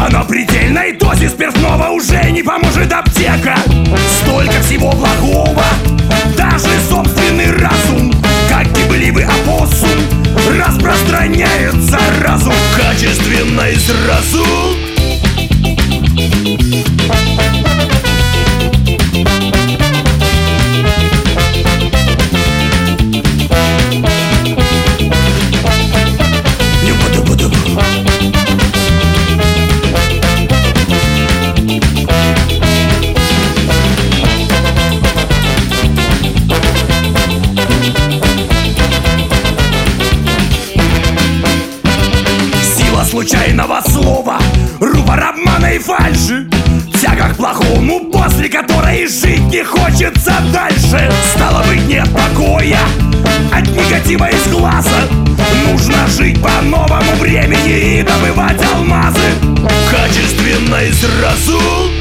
А на предельной дозе спиртного уже не поможет аптека. Столько всего плохого, даже собственный разум, как гибливый опоссум, распространяется разум качественно и сразу. Случайного слова, рупор обмана и фальши, тяга к плохому, после которой жить не хочется дальше. Стало быть, нет покоя от негатива из глаза. Нужно жить по новому времени и добывать алмазы качественно и сразу.